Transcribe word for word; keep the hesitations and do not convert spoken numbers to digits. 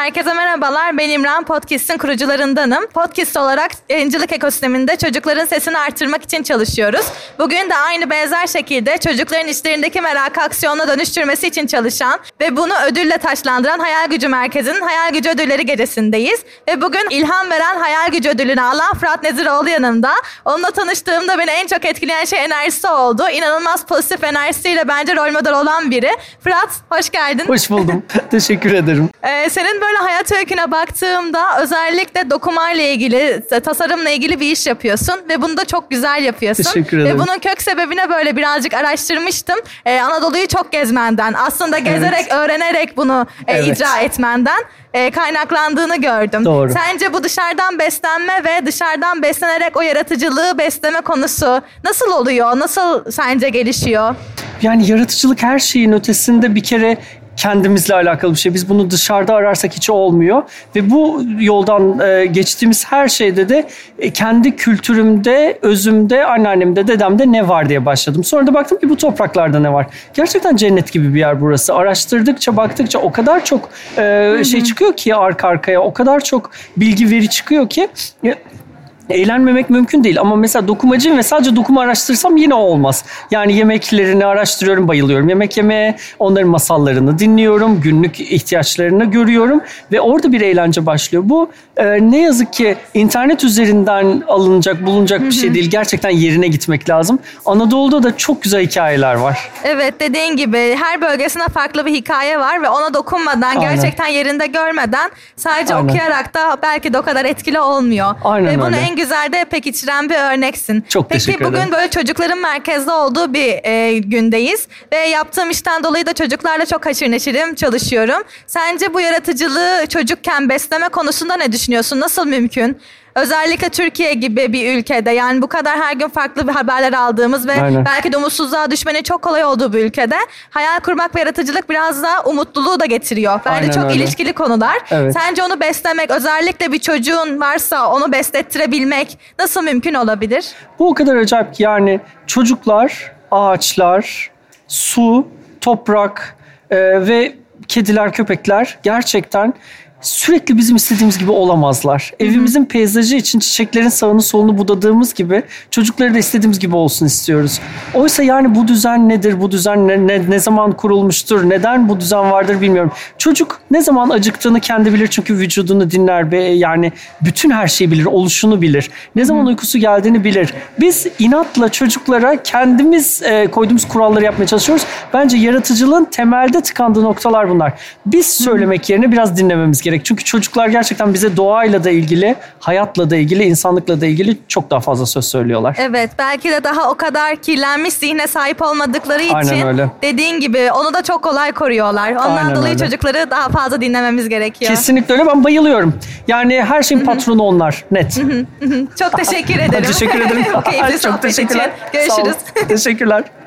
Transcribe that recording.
Herkese merhabalar, ben İmran, Podcast'in kurucularındanım. Podcast olarak yayıncılık ekosisteminde çocukların sesini artırmak için çalışıyoruz. Bugün de aynı benzer şekilde çocukların içlerindeki merakı aksiyona dönüştürmesi için çalışan ve bunu ödülle taçlandıran Hayal Gücü Merkezi'nin Hayal Gücü Ödülleri gecesindeyiz. Ve bugün ilham veren Hayal Gücü Ödülünü alan Fırat Neziroğlu yanımda. Onunla tanıştığımda beni en çok etkileyen şey enerjisi oldu. İnanılmaz pozitif enerjisiyle bence rol model olan biri. Fırat, hoş geldin. Hoş buldum. Teşekkür ederim. Ee, senin böyle hayat öyküne baktığımda özellikle dokumayla ilgili, tasarımla ilgili bir iş yapıyorsun ve bunu da çok güzel yapıyorsun. Teşekkür ederim. Ve bunun kök sebebine böyle birazcık araştırmıştım. Ee, Anadolu'yu çok gezmenden, aslında gezerek, evet. öğrenerek bunu e, evet. icra etmenden e, kaynaklandığını gördüm. Doğru. Sence bu dışarıdan beslenme ve dışarıdan beslenerek o yaratıcılığı besleme konusu nasıl oluyor? Nasıl sence gelişiyor? Yani yaratıcılık her şeyin ötesinde bir kere kendimizle alakalı bir şey. Biz bunu dışarıda ararsak hiç olmuyor. Ve bu yoldan e, geçtiğimiz her şeyde de e, kendi kültürümde, özümde, anneannemde, dedemde ne var diye başladım. Sonra da baktım ki bu topraklarda ne var? Gerçekten cennet gibi bir yer burası. Araştırdıkça, baktıkça o kadar çok e, şey çıkıyor ki arka arkaya. O kadar çok bilgi veri çıkıyor ki... E, Eğlenmemek mümkün değil ama mesela dokumacıyım ve sadece dokuma araştırırsam yine o olmaz. Yani yemeklerini araştırıyorum, bayılıyorum. Yemek yemeye, onların masallarını dinliyorum, günlük ihtiyaçlarını görüyorum ve orada bir eğlence başlıyor. Bu e, ne yazık ki internet üzerinden alınacak, bulunacak bir şey değil. Gerçekten yerine gitmek lazım. Anadolu'da da çok güzel hikayeler var. Evet, dediğin gibi her bölgesinde farklı bir hikaye var ve ona dokunmadan, Aynen. gerçekten yerinde görmeden sadece Aynen. okuyarak da belki de o kadar etkili olmuyor. Aynen ve bunu öyle. en güzel de pekiştiren bir örneksin. Çok Peki teşekkür bugün ederim. böyle çocukların merkezde olduğu bir e, gündeyiz ve yaptığım işten dolayı da çocuklarla çok haşır neşirim çalışıyorum. Sence bu yaratıcılığı çocukken besleme konusunda ne düşünüyorsun? Nasıl mümkün? Özellikle Türkiye gibi bir ülkede, yani bu kadar her gün farklı bir haberler aldığımız ve Aynen. belki de umutsuzluğa düşmenin çok kolay olduğu bir ülkede hayal kurmak ve yaratıcılık biraz daha umutluluğu da getiriyor. Bence Aynen çok öyle. ilişkili konular. Evet. Sence onu beslemek, özellikle bir çocuğun varsa onu beslettirebilmek nasıl mümkün olabilir? Bu o kadar acayip ki yani çocuklar, ağaçlar, su, toprak e, ve kediler, köpekler gerçekten sürekli bizim istediğimiz gibi olamazlar. Hı-hı. Evimizin peyzajı için çiçeklerin sağını solunu budadığımız gibi çocukları da istediğimiz gibi olsun istiyoruz. Oysa yani bu düzen nedir? Bu düzen ne, ne, ne zaman kurulmuştur? Neden bu düzen vardır bilmiyorum. Çocuk ne zaman acıktığını kendi bilir çünkü vücudunu dinler ve yani bütün her şeyi bilir, oluşunu bilir. Ne zaman Hı-hı. uykusu geldiğini bilir. Biz inatla çocuklara kendimiz e, koyduğumuz kuralları yapmaya çalışıyoruz. Bence yaratıcılığın temelde tıkandığı noktalar bunlar. Biz söylemek Hı-hı. yerine biraz dinlememiz gerekiyor. Çünkü çocuklar gerçekten bize doğayla da ilgili, hayatla da ilgili, insanlıkla da ilgili çok daha fazla söz söylüyorlar. Evet, belki de daha o kadar kirlenmiş zihne sahip olmadıkları için Aynen öyle. dediğin gibi onu da çok kolay koruyorlar. Ondan Aynen dolayı öyle. Çocukları daha fazla dinlememiz gerekiyor. Kesinlikle öyle. Ben bayılıyorum. Yani her şeyin patronu onlar. Net. Çok teşekkür ederim. Teşekkür ederim. O keyifli Çok sohbet için. teşekkürler. Görüşürüz. Sağ ol. Teşekkürler.